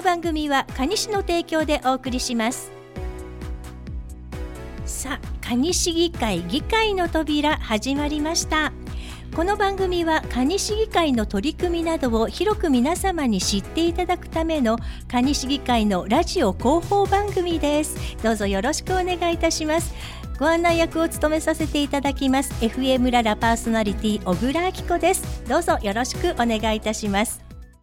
の番組は蟹市の提供でお送りします。さあ、蟹市議会議会の扉始まりました。この番組は蟹市議会の取り組みなどを広く皆様に知っていただくための蟹市議会のラジオ広報番組です。どうぞよろしくお願いいたします。ご案内役を務めさせていただきます FM ララパーソナリティ小倉明子です。どうぞよろしくお願いいたします。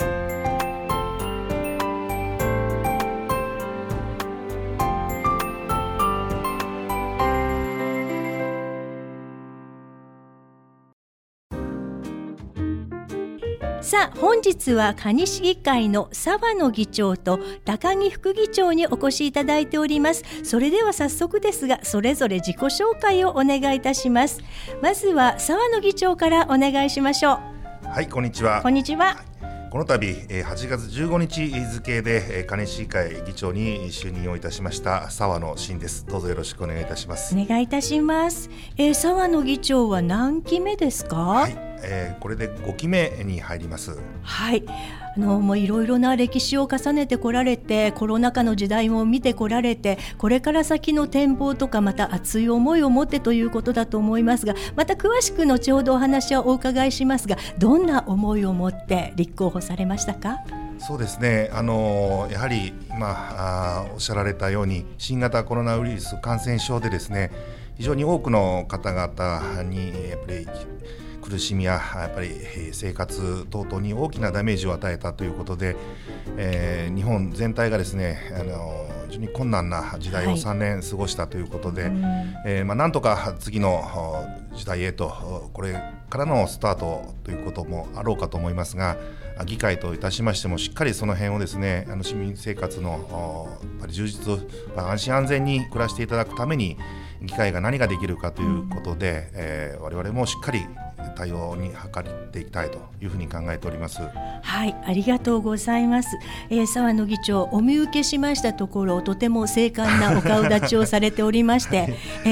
さあ、本日は蟹市議会の澤野議長と高木副議長にお越しいただいております。それでは早速ですが、それぞれ自己紹介をお願いいたします。まずは澤野議長からお願いしましょう。 はい、こんにちは。 こんにちは。 この度8月15日付で蟹市議会議長に就任をいたしました澤野真です。どうぞよろしくお願いいたします。 お願いいたします。澤野議長は何期目ですか？ はい、これで5期目に入ります。 はい、もういろいろな歴史を重ねてこられて、コロナ禍の時代も見てこられて、これから先の展望とかまた熱い思いを持ってということだと思いますが、また詳しく後ほどお話をお伺いしますが、どんな思いを持って立候補されましたか？ そうですね、やはり今おっしゃられたように新型コロナウイルス感染症でですね、非常に多くの方々にやっぱり苦しみやっぱり生活等々に大きなダメージを与えたということで、日本全体がですね非常に困難な時代を3年過ごしたということで、なんとか次の時代へとこれからのスタートということもあろうかと思いますが、議会といたしましてもしっかりその辺をですね市民生活のやっぱり充実を安心安全に暮らしていただくために議会が何ができるかということで、我々もしっかり対応に図っていきたいというふうに考えております。 はい、ありがとうございます。澤野議長、お見受けしましたところ、とても精悍なお顔立ちをされておりまして、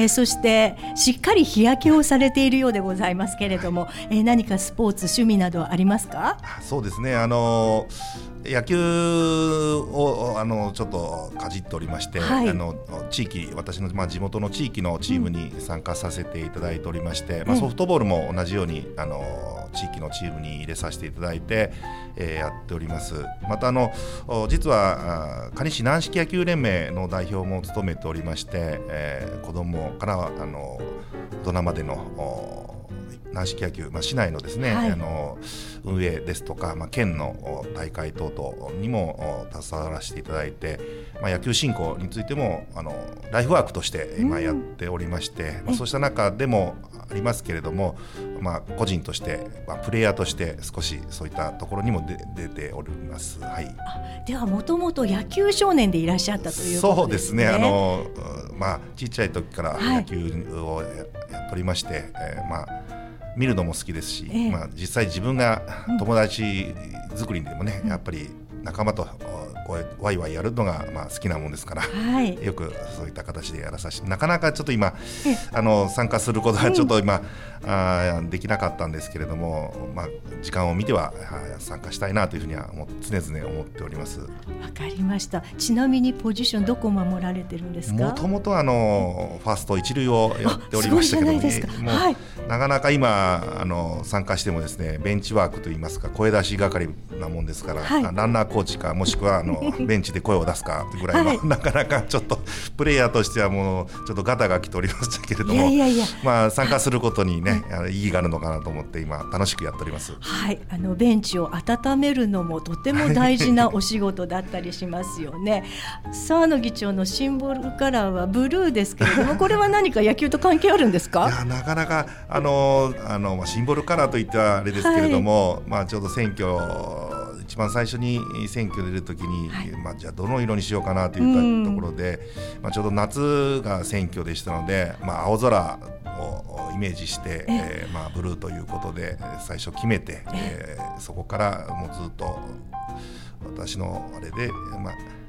そしてしっかり日焼けをされているようでございますけれども、何かスポーツ趣味などありますか？ そうですね、野球をちょっとかじっておりまして、はい、地域、私の、地元の地域のチームに参加させていただいておりまして、ソフトボールも同じように地域のチームに入れさせていただいて、やっております。また実は蟹市軟式野球連盟の代表も務めておりまして、子どもから大人までの軟式野球、市内のですね、はい、運営ですとか、県の大会等々にも携わらせていただいて、野球振興についてもライフワークとして今やっておりまして、そうした中でもありますけれども、個人として、プレイヤーとして少しそういったところにも出ております。はい、 ではもともと野球少年でいらっしゃったということですね。 そうですね、ちっちゃい時から野球をやっておりまして、見るのも好きですし、実際自分が友達作りでもね、やっぱり仲間とワイワイやるのが好きなもんですから、よくそういった形でやらさせて、なかなかちょっと今参加することはちょっと今、できなかったんですけれども、時間を見ては参加したいなというふうには常々思っております。わかりました。ちなみにポジションどこ守られてるんですか？ もともとファースト一塁をやっておりましたけども、なかなか今参加してもですね、ベンチワークといいますか声出し係なもんですから、ランナーコーチかもしくはベンチで声を出すかぐらいの、なかなかちょっとプレイヤーとしてはもうちょっとガタが来ておりましたけれども、参加することにね意義があるのかなと思って今楽しくやっております。 はい、ベンチを温めるのもとても大事なお仕事だったりしますよね。澤野議長のシンボルカラーはブルーですけれども、これは何か野球と関係あるんですか？ いや、なかなかシンボルカラーといったらあれですけれども、ちょうど選挙一番最初に選挙出るときに、じゃあどの色にしようかなといったところで、ちょうど夏が選挙でしたので、青空をイメージして、ブルーということで最初決めて、そこからもうずっと私のあれで、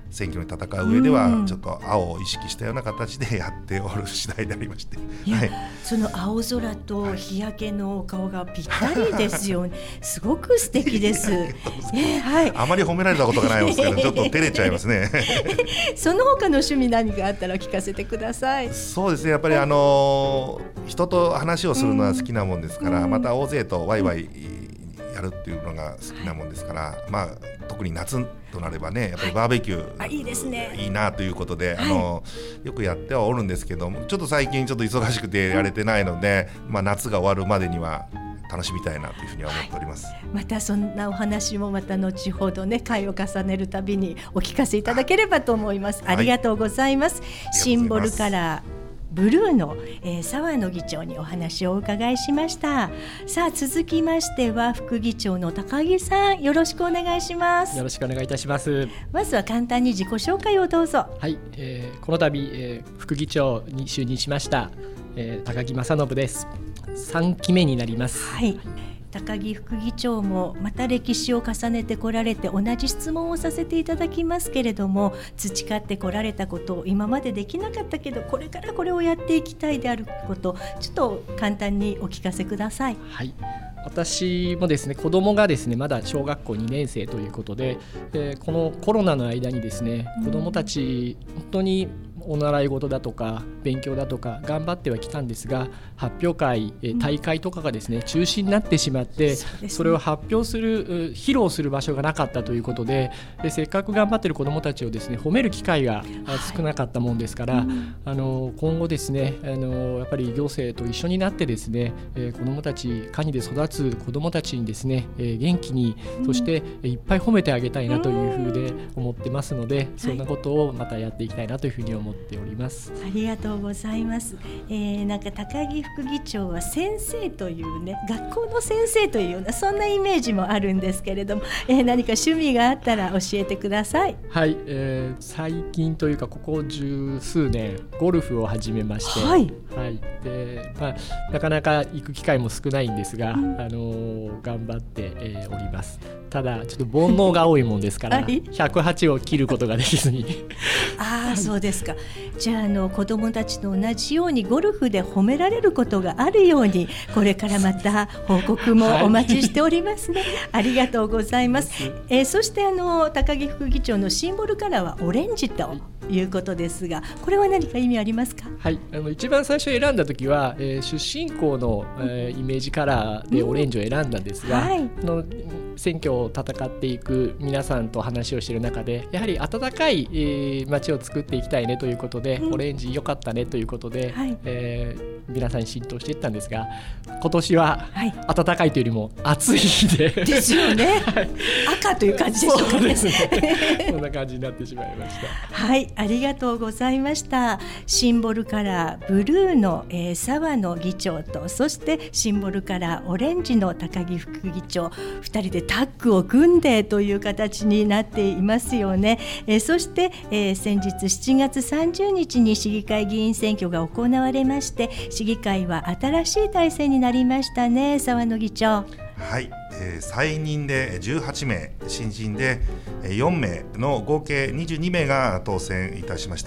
選挙に戦う上ではちょっと青を意識したような形でやっておる次第でありまして、 はい、その青空と日焼けのお顔がぴったりですよねすごく素敵ですはい、 あまり褒められたことがないんですけどちょっと照れちゃいますねその他の趣味何かあったら聞かせてください。 そうですね、やっぱり人と話をするのは好きなもんですから、また大勢とワイワイやるっていうのが好きなもんですから、特に夏となればねやっぱりバーベキュー、 いいですね、 いいなということで、よくやってはおるんですけども、ちょっと最近ちょっと忙しくてやれてないので、夏が終わるまでには楽しみたいなというふうには思っております。 またそんなお話もまた後ほどね回を重ねるたびにお聞かせいただければと思います。ありがとうございます。シンボルカラーブルーの、沢野議長にお話をお伺いしました。さあ続きましては副議長の高木さん、よろしくお願いします。 よろしくお願いいたします。 まずは簡単に自己紹介をどうぞ。 はい、この度、副議長に就任しました、高木正信です。3期目になります。 はい、高木副議長もまた歴史を重ねてこられて同じ質問をさせていただきますけれども、培ってこられたことを今までできなかったけどこれからこれをやっていきたいであることちょっと簡単にお聞かせください。 はい、私もですね子供がですねまだ小学校2年生ということで、このコロナの間にですね子供たち本当にお習い事だとか勉強だとか頑張ってはきたんですが、発表会、大会とかがですね中止になってしまって、それを発表する披露する場所がなかったということで、せっかく頑張っている子どもたちをですね褒める機会が少なかったもんですから、今後ですねやっぱり行政と一緒になってですね、子どもたちカニで育つ子どもたちにですね、元気にそしていっぱい褒めてあげたいなというふうで思ってますので、そんなことをまたやっていきたいなというふうに思っております。 ありがとうございます。なんか高木副議長は先生というね学校の先生というようなそんなイメージもあるんですけれども、何か趣味があったら教えてください。 はい、最近というかここ十数年ゴルフを始めまして、 はいでなかなか行く機会も少ないんですが、頑張って、おります。ただちょっと煩悩が多いもんですから、108を切ることができずにそうですか。じゃあ子どもたちと同じようにゴルフで褒められることがあるようにこれからまた報告もお待ちしておりますねありがとうございます。そして高木副議長のシンボルカラーはオレンジということですが、これは何か意味ありますか？ はい、一番最初選んだ時は、出身校の、イメージカラーでオレンジを選んだんですが、選挙を戦っていく皆さんと話をしている中でやはり暖かい、街を作っていきたいねということで、オレンジ良かったねということで、皆さんに浸透していったんですが、今年は暖かいというよりも暑いですよね赤という感じでしょうかね。 そうですねそんな感じになってしまいました。 はい、ありがとうございました。シンボルカラーブルーの、沢野議長と、そしてシンボルカラーオレンジの高木副議長、2人でタッグを組んでという形になっていますよね。そして、先日7月30日に市議会議員選挙が行われまして、市議会は新しい体制になりましたね。沢野議長。 はい、再任で18名、新人で4名の合計22名が当選いたしました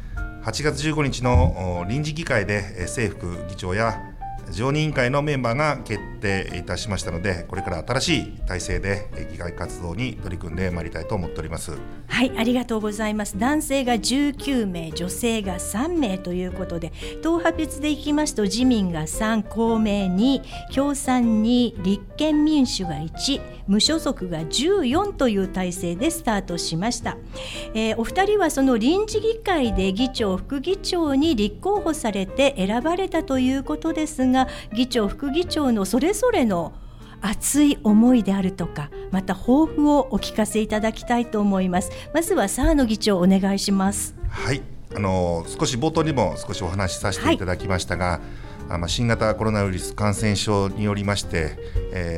。8月15日の臨時議会で正副議長や常任委員会のメンバーが決定いたしましたので、これから新しい体制で議会活動に取り組んでまいりたいと思っております。 はい、ありがとうございます。男性が19名、女性が3名ということで、党派別でいきますと自民が3、公明2、共産2、立憲民主が1、無所属が14という体制でスタートしました。お二人はその臨時議会で議長、副議長に立候補されて選ばれたということですが、議長、副議長のそれぞれの熱い思いであるとか、また抱負をお聞かせいただきたいと思います。まずは沢野議長、お願いします。 はい、少し冒頭にも少しお話しさせていただきましたが、新型コロナウイルス感染症によりまして、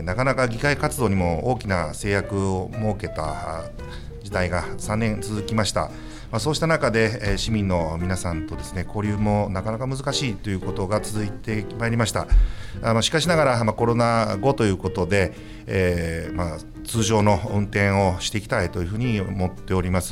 なかなか議会活動にも大きな制約を設けた時代が3年続きました。そうした中で、市民の皆さんとですね交流もなかなか難しいということが続いてまいりました。しかしながら、コロナ後ということで、通常の運転をしていきたいというふうに思っております。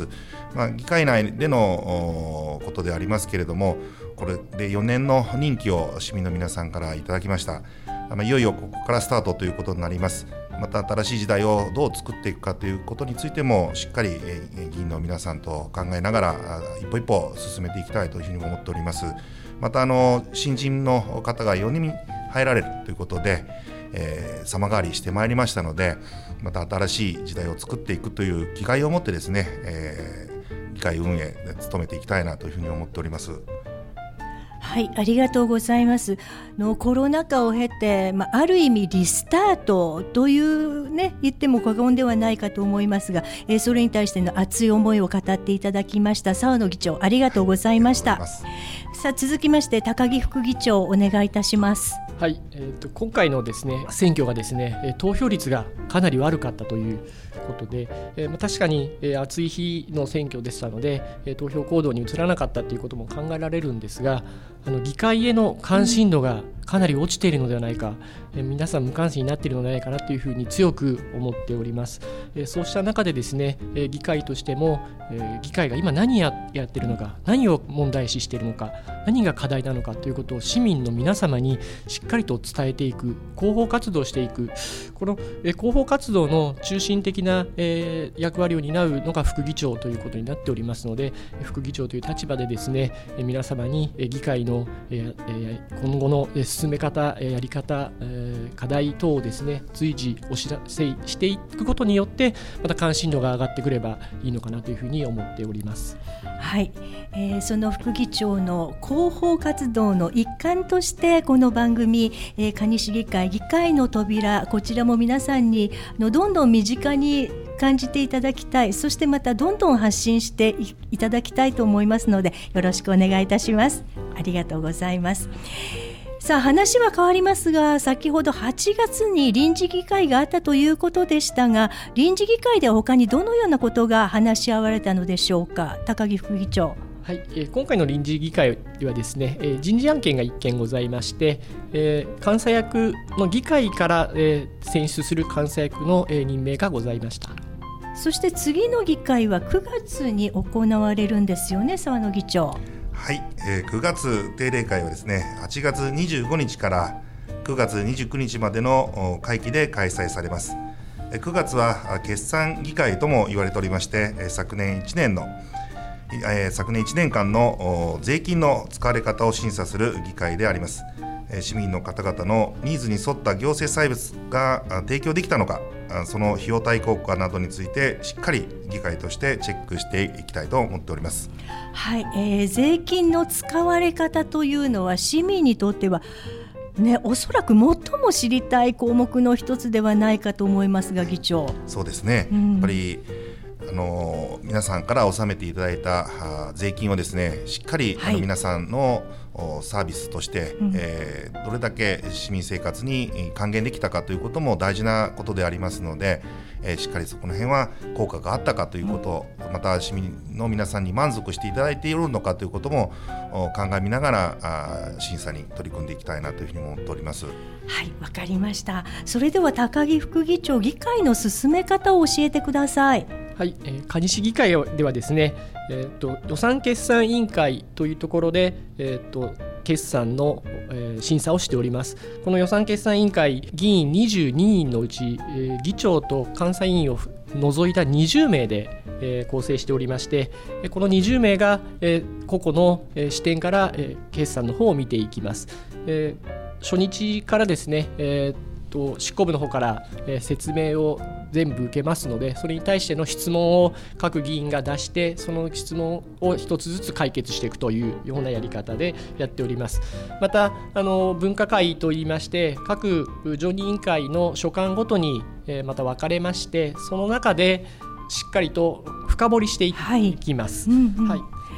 議会内でのことでありますけれども、これで4年の任期を市民の皆さんからいただきました。いよいよここからスタートということになります。また新しい時代をどう作っていくかということについてもしっかり議員の皆さんと考えながら一歩一歩進めていきたいというふうに思っております。また新人の方が4人入られるということで、様変わりしてまいりましたので、また新しい時代を作っていくという気概を持ってですね、議会運営で努めていきたいなというふうに思っております。 はい、ありがとうございます。コロナ禍を経て、ある意味リスタートというね、言っても過言ではないかと思いますが、それに対しての熱い思いを語っていただきました澤野議長、ありがとうございました。さあ続きまして高木副議長お願いいたします。 はい、今回のですね選挙がですね投票率がかなり悪かったということで、確かに暑い日の選挙でしたので投票行動に移らなかったということも考えられるんですが、議会への関心度がかなり落ちているのではないか、皆さん無関心になっているのではないかなというふうに強く思っております。そうした中でですね議会としても議会が今何やっているのか、何を問題視しているのか、何が課題なのかということを市民の皆様にしっかりと伝えていく、広報活動をしていく、この広報活動の中心的な役割を担うのが副議長ということになっておりますので、副議長という立場でですね皆様に議会の今後の進め方、やり方、課題等をですね随時お知らせしていくことによってまた関心度が上がってくればいいのかなというふうに思っております。 はい、その副議長の広報活動の一環としてこの番組、蟹市議会議会の扉、こちらも皆さんにどんどん身近に感じていただきたい、そしてまたどんどん発信していただきたいと思いますのでよろしくお願いいたします。ありがとうございます。さあ話は変わりますが、先ほど8月に臨時議会があったということでしたが、臨時議会では他にどのようなことが話し合われたのでしょうか。高木副議長。 はい、今回の臨時議会ではですね、人事案件が1件ございまして、監査役の議会から、選出する監査役の、任命がございました。 そして次の議会は9月に行われるんですよね、澤野議長。 はい、9月定例会はですね8月25日から9月29日までの会期で開催されます。9月は決算議会とも言われておりまして、昨年1年間の税金の使われ方を審査する議会であります。市民の方々のニーズに沿った行政サービスが提供できたのか、その費用対効果などについてしっかり議会としてチェックしていきたいと思っております。 はい、税金の使われ方というのは市民にとってはおそらく最も知りたい項目の一つではないかと思いますが、議長。 そうですね、やっぱり皆さんから納めていただいた税金をですねしっかり、皆さんのサービスとして、どれだけ市民生活に還元できたかということも大事なことでありますので、しっかりそこの辺は効果があったかということ、また市民の皆さんに満足していただいているのかということも鑑みながら審査に取り組んでいきたいなというふうに思っております。 はい、わかりました。それでは高木副議長、議会の進め方を教えてください。 はい、蟹市議会ではですね、予算決算委員会というところで、決算の、審査をしております。この予算決算委員会議員22人のうち、議長と監査委員を除いた20名で、構成しておりまして、この20名が、個々の、視点から、決算の方を見ていきます。初日からですね、執行部の方から、説明を全部受けますので、それに対しての質問を各議員が出して、その質問を一つずつ解決していくというようなやり方でやっております。また分科会といいまして、各常任委員会の所管ごとにまた分かれまして、その中でしっかりと深掘りしていきます。で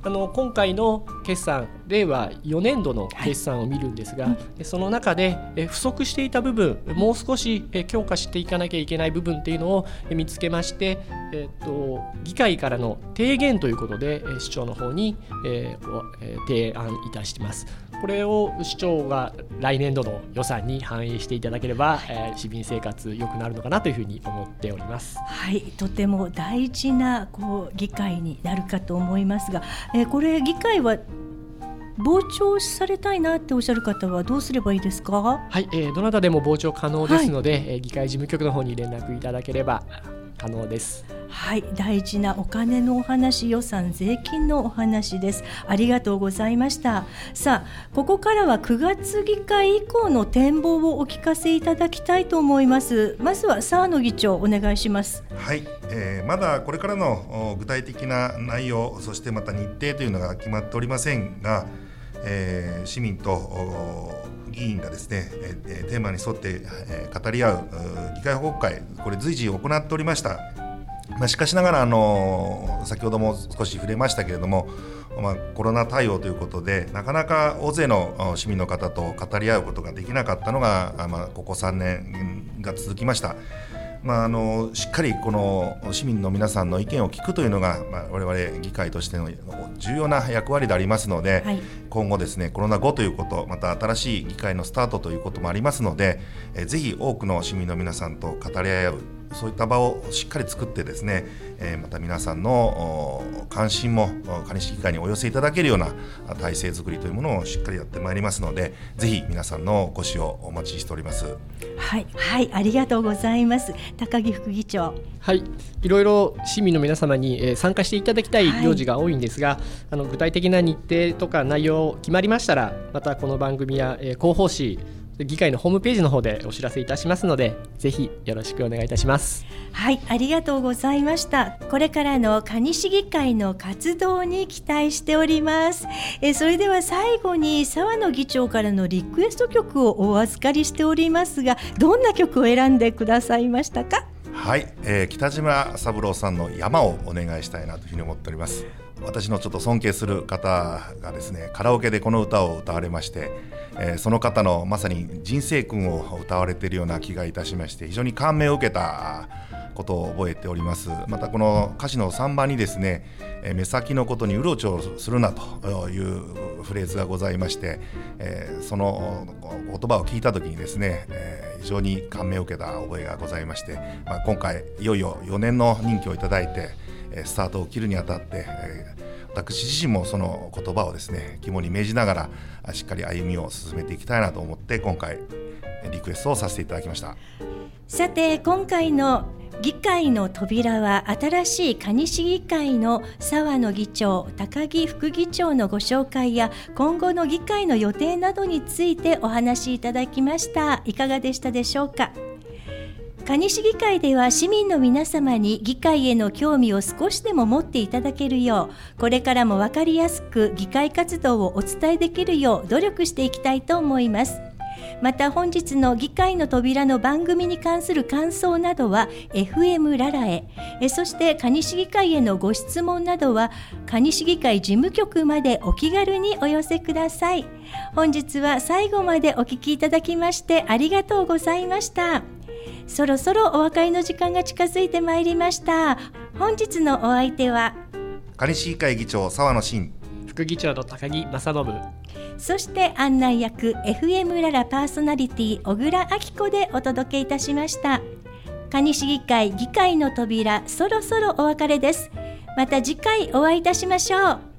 今回の決算、令和4年度の決算を見るんですが、その中で不足していた部分、もう少し強化していかなきゃいけない部分っていうのを見つけまして、議会からの提言ということで市長の方に提案いたしています。これを市長が来年度の予算に反映していただければ、市民生活良くなるのかなというふうに思っております。 はい、とても大事な議会になるかと思いますが、これ議会は傍聴されたいなっておっしゃる方はどうすればいいですか？ はい、どなたでも傍聴可能ですので、議会事務局の方に連絡いただければ可能です。 はい、大事なお金のお話、予算、税金のお話です。ありがとうございました。さあ、ここからは9月議会以降の展望をお聞かせいただきたいと思います。まずは澤野議長、お願いします。 はい、まだこれからの具体的な内容、そしてまた日程というのが決まっておりませんが、市民と議員がですね、テーマに沿って語り合う議会報告会、これ随時行っておりました。しかしながら先ほども少し触れましたけれども、コロナ対応ということでなかなか大勢の市民の方と語り合うことができなかったのが、ここ3年が続きました。しっかりこの市民の皆さんの意見を聞くというのが、我々議会としての重要な役割でありますので、今後ですね、コロナ後ということ、また新しい議会のスタートということもありますので、ぜひ多くの市民の皆さんと語り合う、そういった場をしっかり作ってですね、また皆さんの関心も蟹市議会にお寄せいただけるような体制づくりというものをしっかりやってまいりますので、ぜひ皆さんのご支援をお待ちしております。 はい、はい、ありがとうございます。高木副議長。 はい、いろいろ市民の皆様に参加していただきたい行事が多いんですが、具体的な日程とか内容決まりましたら、またこの番組や広報誌、議会のホームページの方でお知らせいたしますので、ぜひよろしくお願いいたします。 はい、ありがとうございました。これからの蟹市議会の活動に期待しております。それでは最後に澤野議長からのリクエスト曲をお預かりしておりますが、どんな曲を選んでくださいましたか？ はい、北島三郎さんの山をお願いしたいなというふうに思っております。私のちょっと尊敬する方がですね、カラオケでこの歌を歌われまして、その方のまさに人生訓を歌われているような気がいたしまして、非常に感銘を受けたことを覚えております。またこの歌詞の3番にですね、目先のことにうろちょろするなというフレーズがございまして、その言葉を聞いた時にですね、非常に感銘を受けた覚えがございまして、今回いよいよ4年の任期をいただいてスタートを切るにあたって、私自身もその言葉をですね、肝に銘じながらしっかり歩みを進めていきたいなと思って今回リクエストをさせていただきました。 さて、今回の議会の扉は新しい蟹市議会の澤野議長、高木副議長のご紹介や今後の議会の予定などについてお話しいただきました。いかがでしたでしょうか？蟹市議会では市民の皆様に議会への興味を少しでも持っていただけるよう、これからも分かりやすく議会活動をお伝えできるよう努力していきたいと思います。また本日の議会の扉の番組に関する感想などは FM ララへ、そして蟹市議会へのご質問などは蟹市議会事務局までお気軽にお寄せください。本日は最後までお聞きいただきましてありがとうございました。そろそろお別れの時間が近づいてまいりました。本日のお相手は蟹市議会議長澤野真、 副議長の高木正信、 そして案内役 FM ララパーソナリティ小倉明子でお届けいたしました。蟹市議会議会の扉、そろそろお別れです。また次回お会いいたしましょう。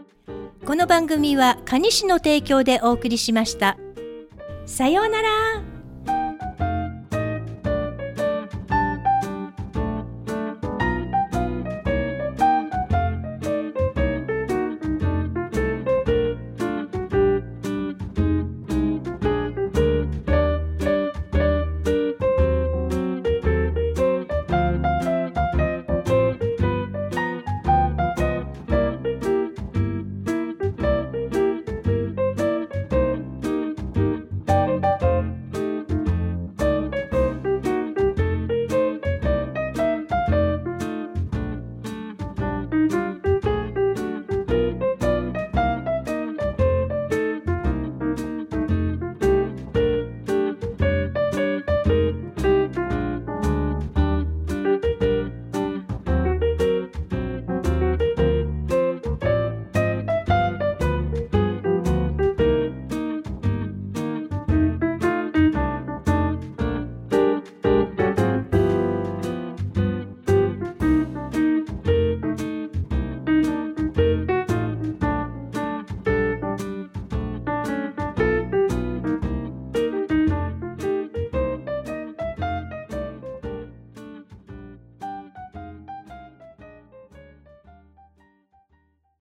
この番組は蟹市の提供でお送りしました。さようなら。